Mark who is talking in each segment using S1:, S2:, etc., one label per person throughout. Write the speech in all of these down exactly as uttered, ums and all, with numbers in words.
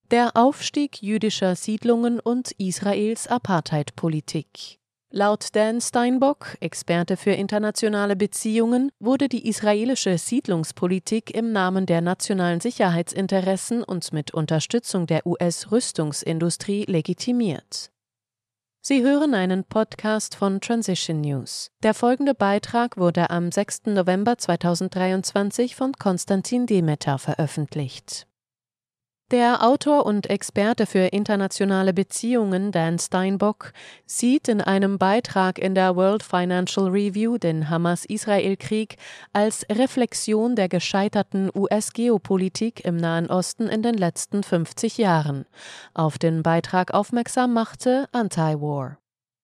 S1: Der Aufstieg jüdischer Siedlungen und Israels Apartheid-Politik. Laut Dan Steinbock, Experte für internationale Beziehungen, wurde die israelische Siedlungspolitik im Namen der nationalen Sicherheitsinteressen und mit Unterstützung der U S-Rüstungsindustrie legitimiert. Sie hören einen Podcast von Transition News. Der folgende Beitrag wurde am sechsten November zweitausenddreiundzwanzig von Konstantin Demeter veröffentlicht. Der Autor und Experte für internationale Beziehungen Dan Steinbock sieht in einem Beitrag in der World Financial Review den Hamas-Israel-Krieg als Reflexion der gescheiterten U S-Geopolitik im Nahen Osten in den letzten fünfzig Jahren. Auf den Beitrag aufmerksam machte Anti-War.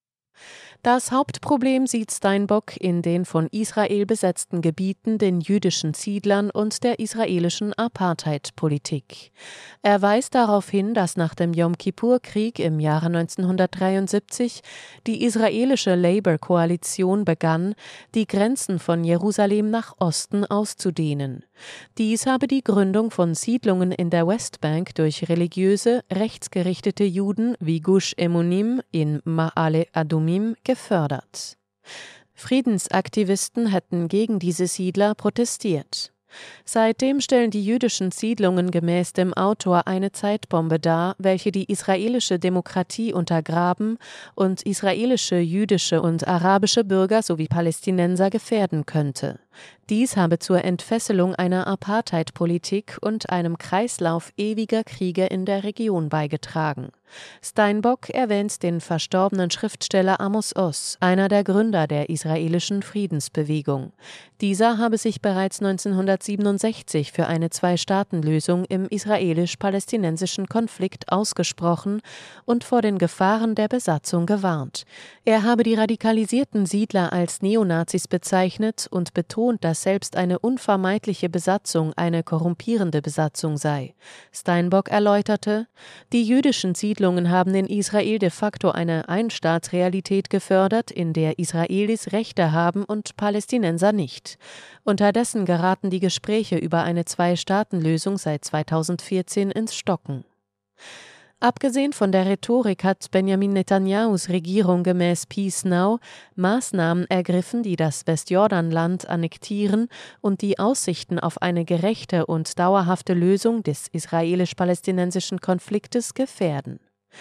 S1: Das Hauptproblem sieht Steinbock in den von Israel besetzten Gebieten, den jüdischen Siedlern und der israelischen Apartheid-Politik. Er weist darauf hin, dass nach dem Jom-Kippur-Krieg im Jahre neunzehnhundertdreiundsiebzig die israelische Labour-Koalition begann, die Grenzen von Jerusalem nach Osten auszudehnen. Dies habe die Gründung von Siedlungen in der Westbank durch religiöse, rechtsgerichtete Juden wie Gush Emunim in Ma'ale Adumim gefördert. Friedensaktivisten hätten gegen diese Siedler protestiert. Seitdem stellen die jüdischen Siedlungen gemäß dem Autor eine Zeitbombe dar, welche die israelische Demokratie untergraben und israelische, jüdische und arabische Bürger sowie Palästinenser gefährden könnte. Dies habe zur Entfesselung einer Apartheid-Politik und einem Kreislauf ewiger Kriege in der Region beigetragen. Steinbock erwähnt den verstorbenen Schriftsteller Amos Oz, einer der Gründer der israelischen Friedensbewegung. Dieser habe sich bereits neunzehnhundertsiebenundsechzig für eine Zwei-Staaten-Lösung im israelisch-palästinensischen Konflikt ausgesprochen und vor den Gefahren der Besatzung gewarnt. Er habe die radikalisierten Siedler als Neonazis bezeichnet und betont, dass selbst eine unvermeidliche Besatzung eine korrumpierende Besatzung sei. Steinbock erläuterte, die jüdischen Siedlungen haben in Israel de facto eine Einstaatsrealität gefördert, in der Israelis Rechte haben und Palästinenser nicht. Unterdessen geraten die Gespräche über eine Zwei-Staaten-Lösung seit zweitausendvierzehn ins Stocken. Abgesehen von der Rhetorik hat Benjamin Netanyahus Regierung gemäß Peace Now Maßnahmen ergriffen, die das Westjordanland annektieren und die Aussichten auf eine gerechte und dauerhafte Lösung des israelisch-palästinensischen Konfliktes gefährden.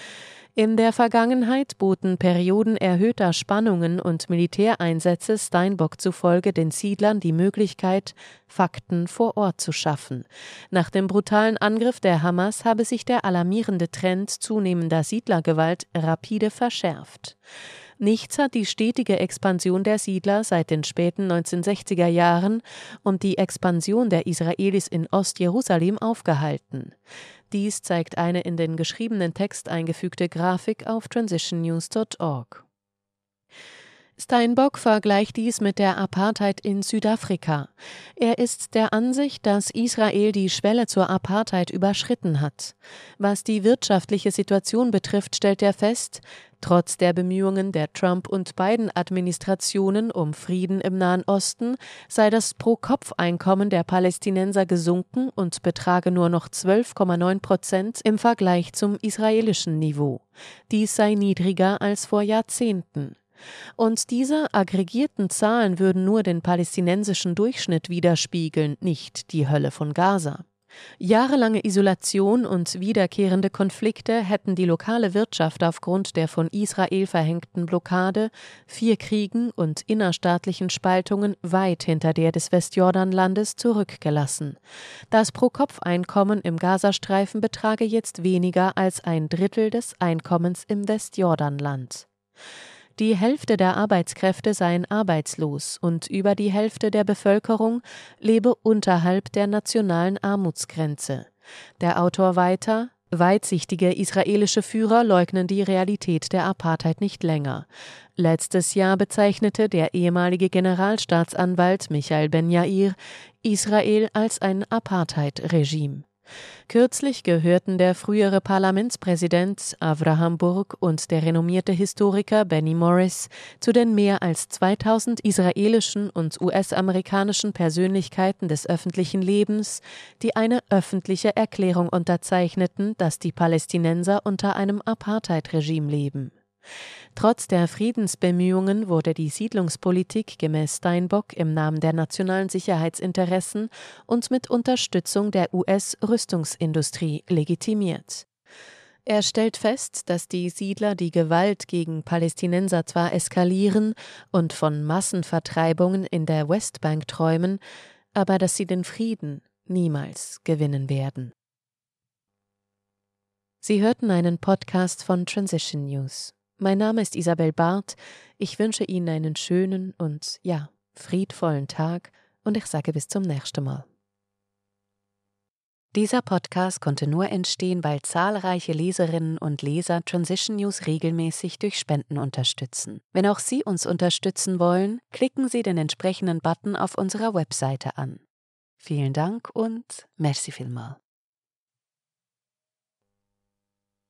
S1: In der Vergangenheit boten Perioden erhöhter Spannungen und Militäreinsätze Steinbock zufolge den Siedlern die Möglichkeit, Fakten vor Ort zu schaffen. Nach dem brutalen Angriff der Hamas habe sich der alarmierende Trend zunehmender Siedlergewalt rapide verschärft. Nichts hat die stetige Expansion der Siedler seit den späten neunzehnhundertsechziger Jahren und die Expansion der Israelis in Ostjerusalem aufgehalten. Dies zeigt eine in den geschriebenen Text eingefügte Grafik auf transition news dot org. Steinbock vergleicht dies mit der Apartheid in Südafrika. Er ist der Ansicht, dass Israel die Schwelle zur Apartheid überschritten hat. Was die wirtschaftliche Situation betrifft, stellt er fest, trotz der Bemühungen der Trump- und Biden-Administrationen um Frieden im Nahen Osten sei das Pro-Kopf-Einkommen der Palästinenser gesunken und betrage nur noch zwölf Komma neun Prozent im Vergleich zum israelischen Niveau. Dies sei niedriger als vor Jahrzehnten. Und diese aggregierten Zahlen würden nur den palästinensischen Durchschnitt widerspiegeln, nicht die Hölle von Gaza. Jahrelange Isolation und wiederkehrende Konflikte hätten die lokale Wirtschaft aufgrund der von Israel verhängten Blockade, vier Kriegen und innerstaatlichen Spaltungen weit hinter der des Westjordanlandes zurückgelassen. Das Pro-Kopf-Einkommen im Gazastreifen betrage jetzt weniger als ein Drittel des Einkommens im Westjordanland. Die Hälfte der Arbeitskräfte seien arbeitslos und über die Hälfte der Bevölkerung lebe unterhalb der nationalen Armutsgrenze. Der Autor weiter: Weitsichtige israelische Führer leugnen die Realität der Apartheid nicht länger. Letztes Jahr bezeichnete der ehemalige Generalstaatsanwalt Michael Ben Yair Israel als ein Apartheid-Regime. Kürzlich gehörten der frühere Parlamentspräsident Avraham Burg und der renommierte Historiker Benny Morris zu den mehr als zweitausend israelischen und U S-amerikanischen Persönlichkeiten des öffentlichen Lebens, die eine öffentliche Erklärung unterzeichneten, dass die Palästinenser unter einem Apartheid-Regime leben. Trotz der Friedensbemühungen wurde die Siedlungspolitik gemäß Steinbock im Namen der nationalen Sicherheitsinteressen und mit Unterstützung der U S-Rüstungsindustrie legitimiert. Er stellt fest, dass die Siedler die Gewalt gegen Palästinenser zwar eskalieren und von Massenvertreibungen in der Westbank träumen, aber dass sie den Frieden niemals gewinnen werden. Sie hörten einen Podcast von Transition News. Mein Name ist Isabel Barth. Ich wünsche Ihnen einen schönen und, ja, friedvollen Tag und ich sage bis zum nächsten Mal. Dieser Podcast konnte nur entstehen, weil zahlreiche Leserinnen und Leser Transition News regelmäßig durch Spenden unterstützen. Wenn auch Sie uns unterstützen wollen, klicken Sie den entsprechenden Button auf unserer Webseite an. Vielen Dank und merci vielmals.